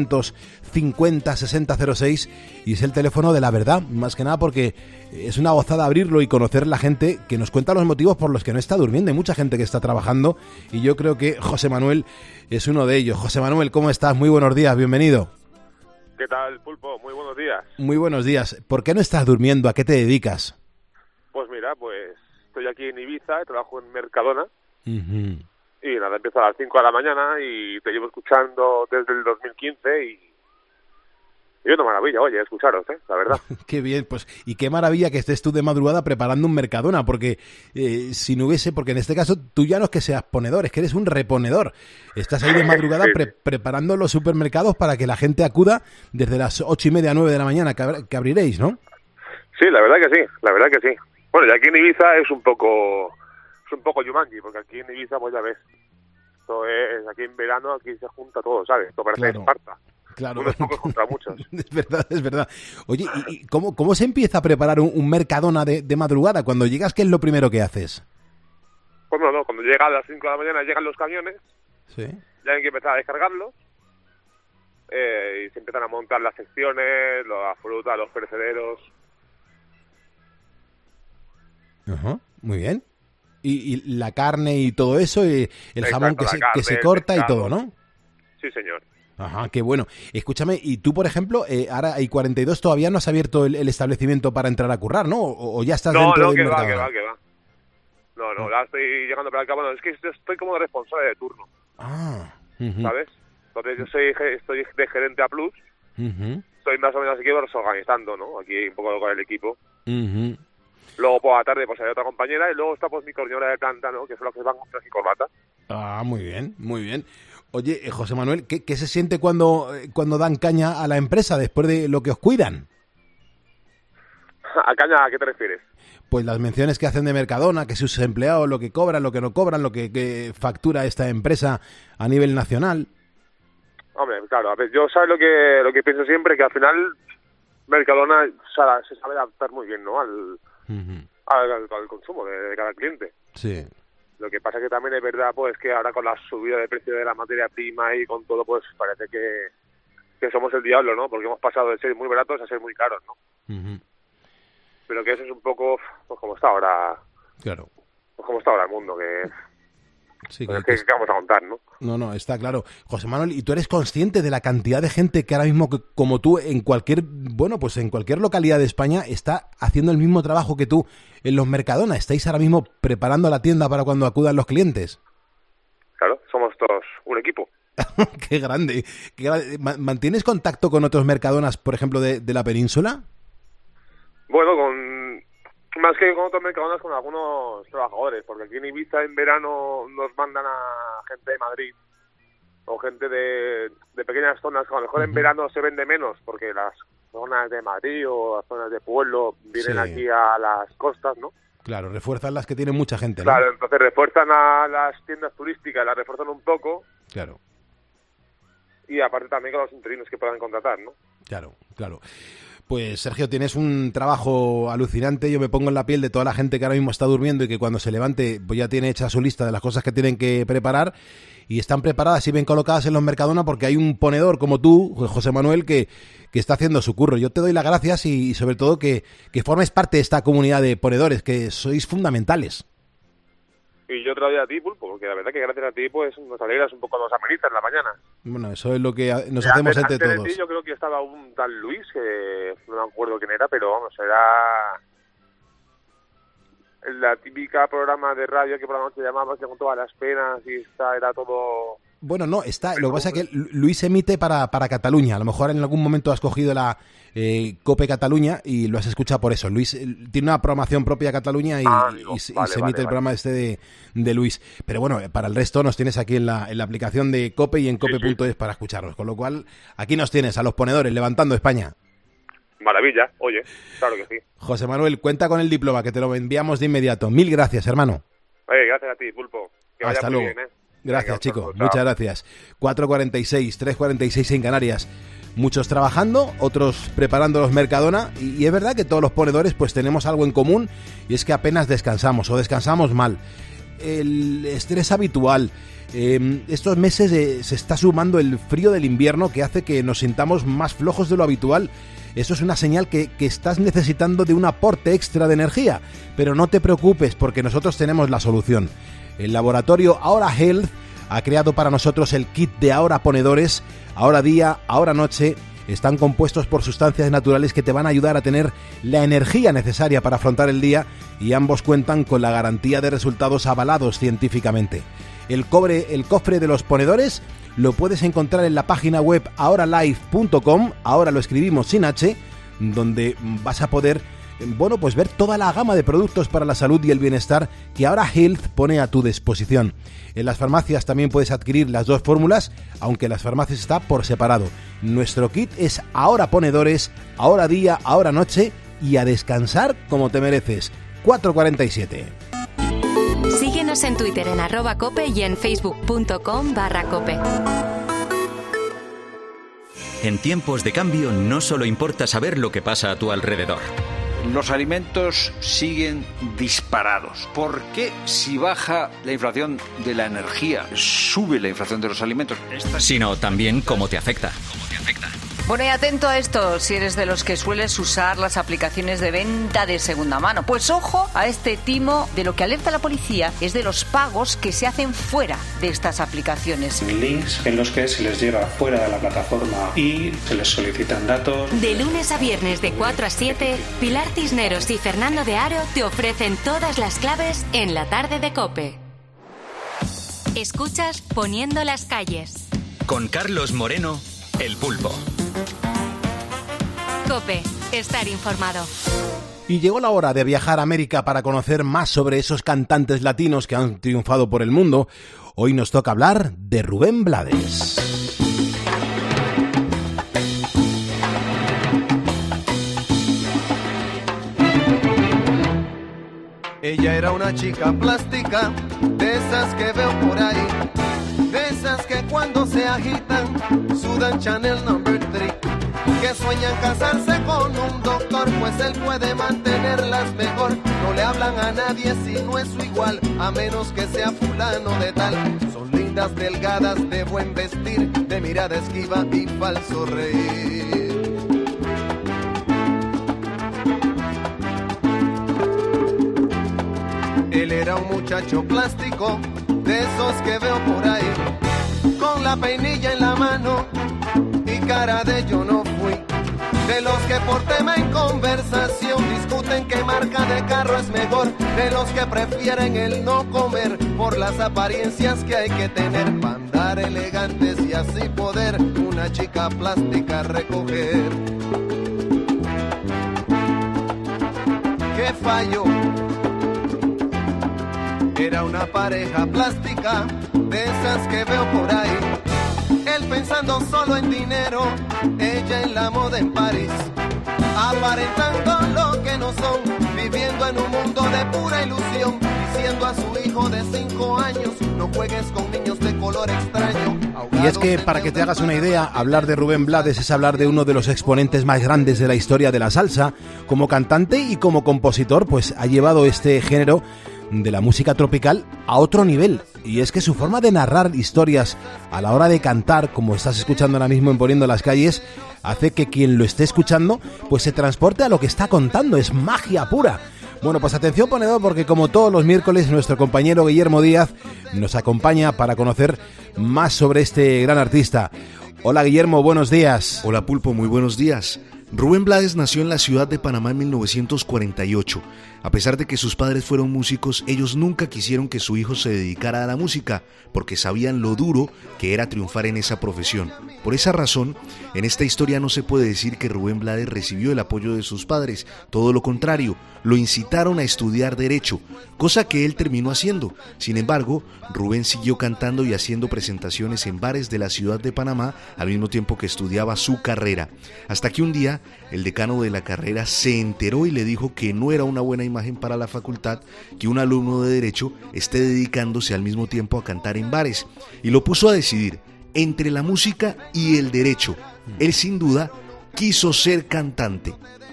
950-6006 y es el teléfono de la verdad, más que nada porque es una gozada abrirlo y conocer la gente que nos cuenta los motivos por los que no está durmiendo. Hay mucha gente que está trabajando y yo creo que José Manuel es uno de ellos. José Manuel, ¿cómo estás? Muy buenos días, bienvenido. ¿Qué tal, Pulpo? Muy buenos días. Muy buenos días. ¿Por qué no estás durmiendo? ¿A qué te dedicas? Pues mira, estoy aquí en Ibiza, trabajo en Mercadona. Uh-huh. Y nada, empiezo a las 5 de la mañana y te llevo escuchando desde el 2015 y una maravilla, oye, escucharos, la verdad. Qué bien, pues, y qué maravilla que estés tú de madrugada preparando un Mercadona, porque si no hubiese, porque en este caso tú ya no es que seas ponedor, es que eres un reponedor. Estás ahí de madrugada preparando los supermercados para que la gente acuda desde las 8:30, 9 de la mañana que abriréis, ¿no? Sí, la verdad que sí. Bueno, y aquí en Ibiza es un poco Jumanji, porque aquí en Ibiza, pues ya ves, esto es, aquí en verano, aquí se junta todo, ¿sabes? Esto parece Esparta. Claro. Unos pocos contra muchos. Es verdad. Oye, ¿y cómo se empieza a preparar un Mercadona de madrugada? Cuando llegas, ¿qué es lo primero que haces? Pues no, cuando llega a las 5 de la mañana llegan los camiones, sí, ya hay que empezar a descargarlos, y se empiezan a montar las secciones, la fruta, los perecederos. Ajá, muy bien. Y la carne y todo eso, el jamón que se corta y todo, ¿no? Sí, señor. Ajá, qué bueno. Escúchame, y tú, por ejemplo, ahora hay 42, todavía no has abierto el establecimiento para entrar a currar, ¿no? ¿O ya estás dentro del mercado? No, que va. No, ya estoy llegando para acá. Bueno, es que estoy como de responsable de turno. Ah. ¿Sabes? Entonces yo estoy de gerente a plus. Uh-huh. Estoy más o menos aquí organizando, ¿no? Aquí un poco con el equipo. Uh-huh. Luego por la tarde pues hay otra compañera y luego está pues mi coordinadora de planta, ¿no? Que son los que van con traje y corbata. Ah, muy bien, muy bien. Oye, José Manuel, ¿qué se siente cuando dan caña a la empresa después de lo que os cuidan? ¿A caña a qué te refieres? Pues las menciones que hacen de Mercadona, que sus empleados, lo que cobran, lo que no cobran, lo que factura esta empresa a nivel nacional. Hombre, claro, a ver, yo sabes lo que pienso siempre, que al final Mercadona se sabe adaptar muy bien, ¿no? Al consumo de cada cliente. Sí. Lo que pasa que también es verdad, pues, que ahora con la subida de precio de la materia prima y con todo, pues, parece que somos el diablo, ¿no? Porque hemos pasado de ser muy baratos a ser muy caros, ¿no? Uh-huh. Pero que eso es un poco, pues, como está ahora. Claro. Pues como está ahora el mundo, que... Sí, pues que vamos a contar, ¿no? No, está claro. José Manuel, ¿y tú eres consciente de la cantidad de gente que ahora mismo, como tú, en cualquier localidad de España, está haciendo el mismo trabajo que tú en los Mercadona? ¿Estáis ahora mismo preparando la tienda para cuando acudan los clientes? Claro, somos todos un equipo. ¡Qué grande! ¿Mantienes contacto con otros Mercadonas, por ejemplo, de la península? Bueno, más que con otros Mercadonas, con algunos trabajadores, porque aquí en Ibiza en verano nos mandan a gente de Madrid o gente de pequeñas zonas que a lo mejor en verano se vende menos, porque las zonas de Madrid o las zonas de pueblo vienen aquí a las costas, ¿no? Claro, refuerzan las que tienen mucha gente, ¿no? Claro, entonces refuerzan a las tiendas turísticas, las refuerzan un poco. Claro. Y aparte también con los interinos que puedan contratar, ¿no? Claro. Pues Sergio, tienes un trabajo alucinante. Yo me pongo en la piel de toda la gente que ahora mismo está durmiendo y que cuando se levante pues ya tiene hecha su lista de las cosas que tienen que preparar y están preparadas y bien colocadas en los Mercadona porque hay un ponedor como tú, José Manuel, que está haciendo su curro. Yo te doy las gracias y sobre todo que formes parte de esta comunidad de ponedores, que sois fundamentales. Y yo te lo doy a ti, Pulpo, porque la verdad que gracias a ti pues nos alegras un poco, nos amenizas en la mañana. Bueno, eso es lo que nos hacemos entre todos. Antes de ti yo creo que estaba un tal Luis, que no me acuerdo quién era, pero vamos, era la típica programa de radio que por la noche llamabas con todas las penas y era todo... Bueno, no, lo que pasa es que Luis emite para Cataluña. A lo mejor en algún momento has cogido la COPE Cataluña y lo has escuchado por eso. Luis tiene una programación propia de Cataluña y se emite el programa de Luis. Pero bueno, para el resto nos tienes aquí en la aplicación de COPE y en cope.es para escucharnos. Con lo cual, aquí nos tienes, a los ponedores, levantando España. maravilla, oye, claro que sí. José Manuel, cuenta con el diploma, que te lo enviamos de inmediato. Mil gracias, hermano. Gracias a ti, Pulpo. Que vaya Hasta muy luego. bien, Gracias, Venga, chico. chao. Muchas gracias. 4:46, 3:46 en Canarias. Muchos trabajando, otros preparando los Mercadona, y es verdad que todos los ponedores pues tenemos algo en común, y es que apenas descansamos o descansamos mal. El estrés habitual, estos meses se está sumando el frío del invierno que hace que nos sintamos más flojos de lo habitual. Eso es una señal que estás necesitando de un aporte extra de energía, pero no te preocupes porque nosotros tenemos la solución. El laboratorio Ahora Health ha creado para nosotros el kit de Ahora Ponedores. Ahora día, ahora noche, están compuestos por sustancias naturales que te van a ayudar a tener la energía necesaria para afrontar el día, y ambos cuentan con la garantía de resultados avalados científicamente. El cofre de los ponedores lo puedes encontrar en la página web ahoralife.com, ahora lo escribimos sin H, donde vas a poder pues ver toda la gama de productos para la salud y el bienestar que Ahora Health pone a tu disposición. En las farmacias también puedes adquirir las dos fórmulas, aunque en las farmacias está por separado. Nuestro kit es Ahora Ponedores, ahora día, ahora noche, y a descansar como te mereces. 4:47. Síguenos en Twitter en @cope y en facebook.com/cope. En tiempos de cambio no solo importa saber lo que pasa a tu alrededor. Los alimentos siguen disparados. ¿Por qué si baja la inflación de la energía, sube la inflación de los alimentos? Sino también cómo te afecta. Bueno, y atento a esto, si eres de los que sueles usar las aplicaciones de venta de segunda mano. Pues ojo a este timo. De lo que alerta la policía es de los pagos que se hacen fuera de estas aplicaciones. Links en los que se les lleva fuera de la plataforma y se les solicitan datos. De lunes a viernes de 4 a 7, Pilar Cisneros y Fernando de Aro te ofrecen todas las claves en la tarde de COPE. Escuchas Poniendo las calles. Con Carlos Moreno, El Pulpo. COPE, estar informado. Y llegó la hora de viajar a América para conocer más sobre esos cantantes latinos que han triunfado por el mundo. Hoy nos toca hablar de Rubén Blades. Ella era una chica plástica, de esas que veo por ahí, de esas que cuando se agitan sudan Chanel No. 3, que sueñan casarse con un doctor, pues él puede mantenerlas mejor. No le hablan a nadie si no es su igual, a menos que sea fulano de tal. Son lindas, delgadas, de buen vestir, de mirada esquiva y falso reír. Él era un muchacho plástico, de esos que veo por ahí, con la peinilla en la mano y cara de yo no fui. De los que por tema en conversación discuten qué marca de carro es mejor. De los que prefieren el no comer por las apariencias que hay que tener para andar elegantes y así poder una chica plástica recoger. ¿Qué falló? Era una pareja plástica, de esas que veo por ahí. Él pensando solo en dinero, ella en la moda en París. Aparentando lo que no son, viviendo en un mundo de pura ilusión. Diciendo a su hijo de 5 años, no juegues con niños de color extraño. Y es que, para que te hagas una idea, hablar de Rubén Blades es hablar de uno de los exponentes más grandes de la historia de la salsa. Como cantante y como compositor, pues ha llevado este género de la música tropical a otro nivel, y es que su forma de narrar historias a la hora de cantar, como estás escuchando ahora mismo en Poniendo las calles, hace que quien lo esté escuchando pues se transporte a lo que está contando. Es magia pura. Bueno, pues atención ponedor, porque como todos los miércoles nuestro compañero Guillermo Díaz nos acompaña para conocer más sobre este gran artista. Hola Guillermo, buenos días. Hola Pulpo, muy buenos días. Rubén Blades nació en la ciudad de Panamá en 1948. A pesar de que sus padres fueron músicos, ellos nunca quisieron que su hijo se dedicara a la música, porque sabían lo duro que era triunfar en esa profesión. Por esa razón, en esta historia no se puede decir que Rubén Blades recibió el apoyo de sus padres, todo lo contrario, lo incitaron a estudiar Derecho, cosa que él terminó haciendo. Sin embargo, Rubén siguió cantando y haciendo presentaciones en bares de la ciudad de Panamá al mismo tiempo que estudiaba su carrera, hasta que un día fecha, el decano de la carrera se enteró y le dijo que no era una buena imagen para la facultad que un alumno de Derecho esté dedicándose al mismo tiempo a cantar en bares, y lo puso a decidir entre la música y el derecho. Él sin duda quiso ser cantante.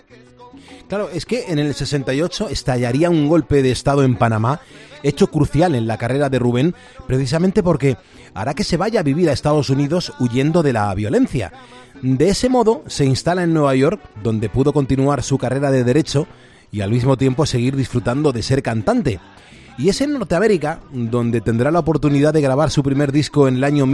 Claro, es que en el 68 estallaría un golpe de Estado en Panamá, hecho crucial en la carrera de Rubén, precisamente porque hará que se vaya a vivir a Estados Unidos huyendo de la violencia. De ese modo se instala en Nueva York, donde pudo continuar su carrera de derecho y al mismo tiempo seguir disfrutando de ser cantante. Y es en Norteamérica donde tendrá la oportunidad de grabar su primer disco en el año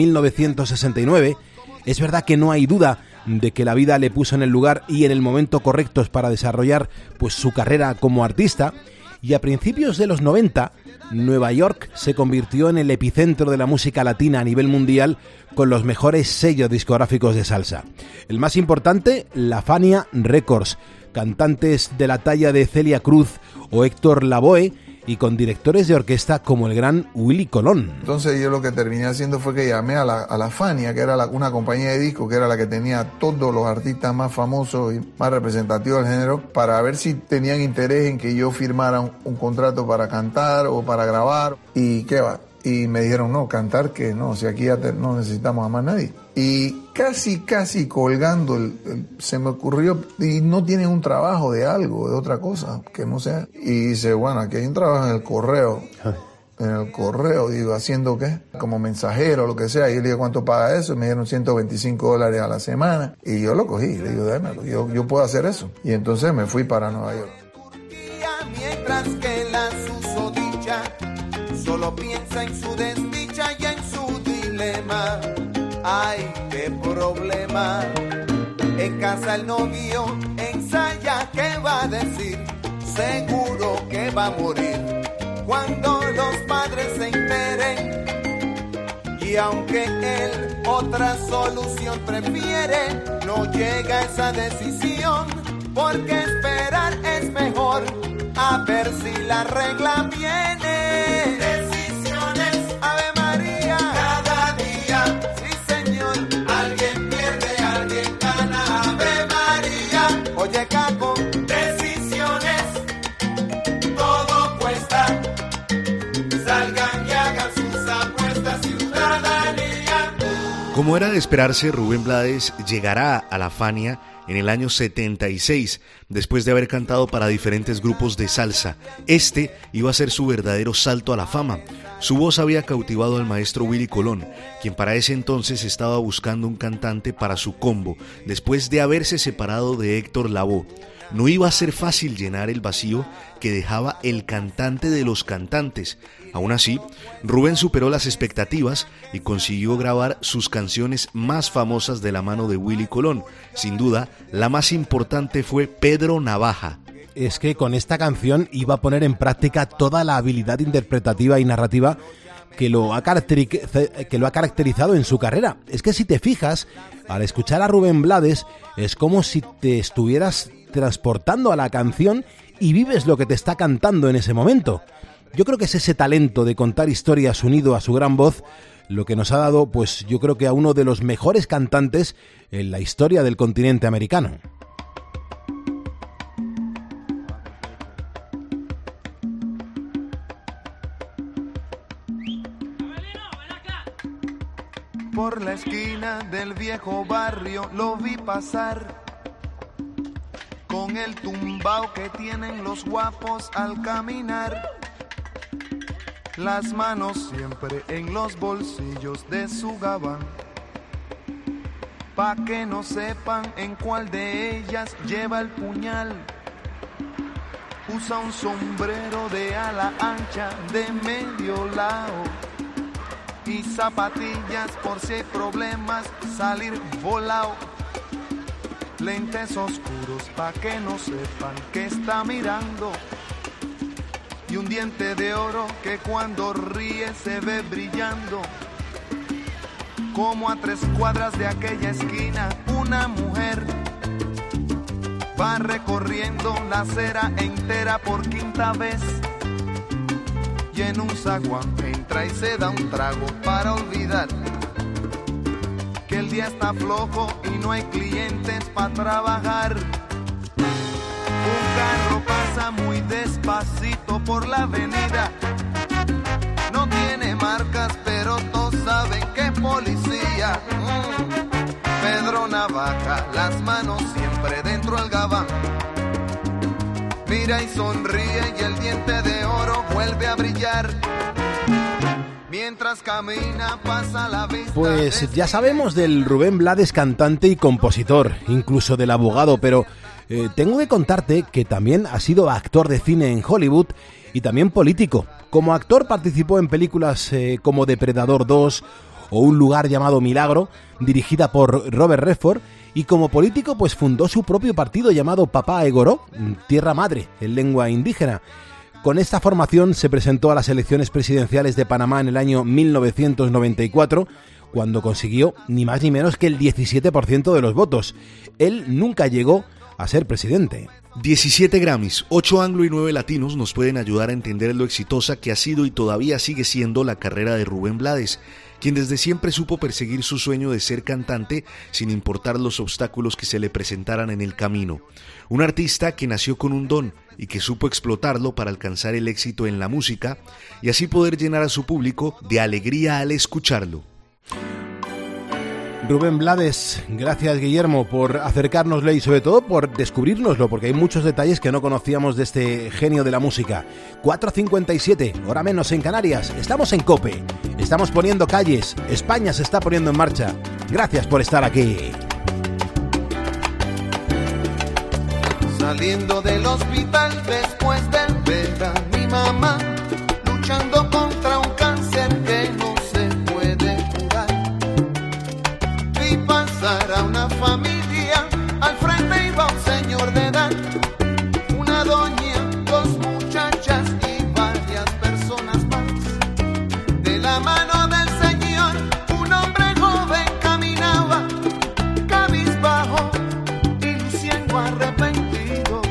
1969. Es verdad que no hay duda de que la vida le puso en el lugar y en el momento correctos para desarrollar pues su carrera como artista, y a principios de los 90 Nueva York se convirtió en el epicentro de la música latina a nivel mundial, con los mejores sellos discográficos de salsa. El más importante, la Fania Records, cantantes de la talla de Celia Cruz o Héctor Lavoe, y con directores de orquesta como el gran Willy Colón. Entonces yo lo que terminé haciendo fue que llamé a la Fania, que era una compañía de discos, que era la que tenía todos los artistas más famosos y más representativos del género, para ver si tenían interés en que yo firmara un contrato para cantar o para grabar. ¿Y qué va? Y me dijeron, no, cantar que no, si aquí ya no necesitamos a más nadie. Y casi colgando, se me ocurrió, y no tienen un trabajo de algo, de otra cosa, que no sea. Y dice, bueno, aquí hay un trabajo en el correo. En el correo, digo, ¿haciendo qué? Como mensajero, lo que sea. Y yo le dije, ¿cuánto paga eso? Y me dieron $125 a la semana. Y yo lo cogí, le digo, démelo, yo puedo hacer eso. Y entonces me fui para Nueva York. Mientras que la susodicha solo piensa en su desdicha y en su dilema. Ay, qué problema. En casa el novio ensaya qué va a decir. Seguro que va a morir cuando los padres se enteren. Y aunque él otra solución prefiere, no llega a esa decisión, porque esperar es mejor. A ver si la regla viene. Decisiones, Ave María, cada día. Sí, señor. Alguien pierde, alguien gana. Ave María. Oye, Caco. Decisiones, todo cuesta. Salgan y hagan sus apuestas, ciudadanía. Como era de esperarse, Rubén Blades llegará a la Fania en el año 76, después de haber cantado para diferentes grupos de salsa. Este iba a ser su verdadero salto a la fama. Su voz había cautivado al maestro Willy Colón, quien para ese entonces estaba buscando un cantante para su combo, después de haberse separado de Héctor Lavoe. No iba a ser fácil llenar el vacío que dejaba el cantante de los cantantes. Aún así, Rubén superó las expectativas y consiguió grabar sus canciones más famosas de la mano de Willy Colón. Sin duda, la más importante fue Pedro Navaja. Es que con esta canción iba a poner en práctica toda la habilidad interpretativa y narrativa que lo ha caracterizado en su carrera. Es que si te fijas, al escuchar a Rubén Blades, es como si te estuvieras transportando a la canción y vives lo que te está cantando en ese momento. Yo creo que es ese talento de contar historias unido a su gran voz lo que nos ha dado, pues yo creo que a uno de los mejores cantantes en la historia del continente americano. Por la esquina del viejo barrio lo vi pasar, con el tumbao que tienen los guapos al caminar. Las manos siempre en los bolsillos de su gabán, pa' que no sepan en cuál de ellas lleva el puñal. Usa un sombrero de ala ancha de medio lado y zapatillas por si hay problemas salir volado. Lentes oscuros pa' que no sepan que está mirando, y un diente de oro que cuando ríe se ve brillando. Como a 3 cuadras de aquella esquina una mujer va recorriendo la acera entera por 5ª vez, y en un zaguán entra y se da un trago para olvidar que el día está flojo y no hay clientes para trabajar. Un carro pasa muy despacito por la avenida. No tiene marcas, pero todos saben que es policía. Pedro Navaja, las manos siempre dentro del gabán. Mira y sonríe y el diente de oro vuelve a brillar. Mientras camina pasa la vista. Pues ya sabemos del Rubén Blades, cantante y compositor, incluso del abogado, pero tengo que contarte que también ha sido actor de cine en Hollywood y también político. Como actor participó en películas como Depredador 2 o Un lugar llamado Milagro, dirigida por Robert Redford, y como político pues fundó su propio partido llamado Papá Egoró, Tierra Madre, en lengua indígena. Con esta formación se presentó a las elecciones presidenciales de Panamá en el año 1994, cuando consiguió ni más ni menos que el 17% de los votos. Él nunca llegó a ser presidente. 17 Grammys, 8 anglo y 9 latinos nos pueden ayudar a entender lo exitosa que ha sido y todavía sigue siendo la carrera de Rubén Blades, quien desde siempre supo perseguir su sueño de ser cantante sin importar los obstáculos que se le presentaran en el camino. Un artista que nació con un don y que supo explotarlo para alcanzar el éxito en la música y así poder llenar a su público de alegría al escucharlo. Rubén Blades, gracias Guillermo por acercárnoslo y sobre todo por descubrírnoslo, porque hay muchos detalles que no conocíamos de este genio de la música. 4:57, hora menos en Canarias, estamos en COPE, estamos poniendo calles, España se está poniendo en marcha. Gracias por estar aquí. Saliendo del hospital después de ver a mi mamá luchando contra un cáncer que no se puede curar. Vi pasar a una familia, al frente iba un señor de edad, una doña, dos muchachas y varias personas más. De la mano del señor, un hombre joven caminaba, cabizbajo y luciendo arrepentido.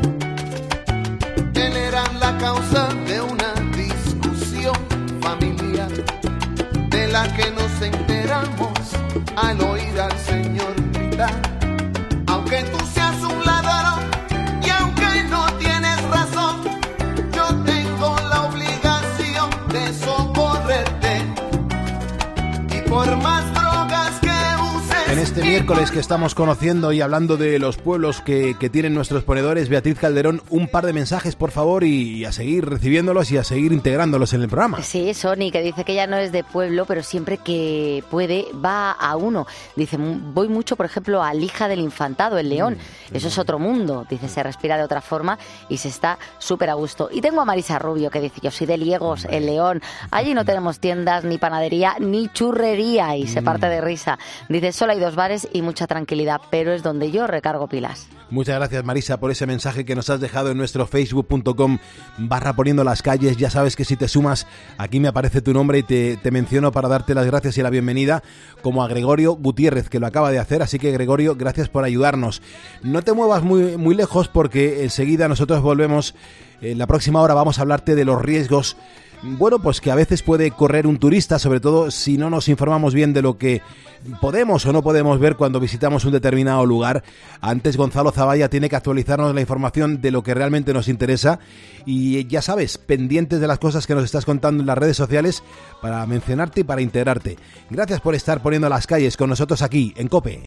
Él era la causa de una discusión familiar, de la que nos enteramos al oír al Señor gritar. Aunque tú seas un ladrón y aunque no tienes razón, yo tengo la obligación de socorrerte. Y por más drogas que uses... En este miércoles que estamos conociendo y hablando de los pueblos que tienen nuestros ponedores, Beatriz Calderón, un par de mensajes por favor y a seguir recibiéndolos y a seguir integrándolos en el programa. Sí, Sony, que dice que ella no es de pueblo, pero siempre que puede va a uno. Dice, voy mucho, por ejemplo, a Lija del Infantado, en León. Eso es otro mundo. Dice, se respira de otra forma y se está súper a gusto. Y tengo a Marisa Rubio, que dice, yo soy de Liegos, en León. Allí no tenemos tiendas, ni panadería, ni churrería. Y se parte de risa. Dice, solo hay 2 bares y mucha tranquilidad, pero es donde yo recargo pilas. Muchas gracias Marisa por ese mensaje que nos has dejado en nuestro facebook.com/poniendo las calles. Ya sabes que si te sumas, aquí me aparece tu nombre y te menciono para darte las gracias y la bienvenida, como a Gregorio Gutiérrez, que lo acaba de hacer. Así que Gregorio, gracias por ayudarnos. No te muevas muy lejos, porque enseguida nosotros volvemos. En la próxima hora vamos a hablarte de los riesgos, bueno, pues que a veces puede correr un turista, sobre todo si no nos informamos bien de lo que podemos o no podemos ver cuando visitamos un determinado lugar. Antes Gonzalo Zavalla tiene que actualizarnos la información de lo que realmente nos interesa y ya sabes, pendientes de las cosas que nos estás contando en las redes sociales para mencionarte y para integrarte. Gracias por estar poniendo las calles con nosotros aquí en COPE.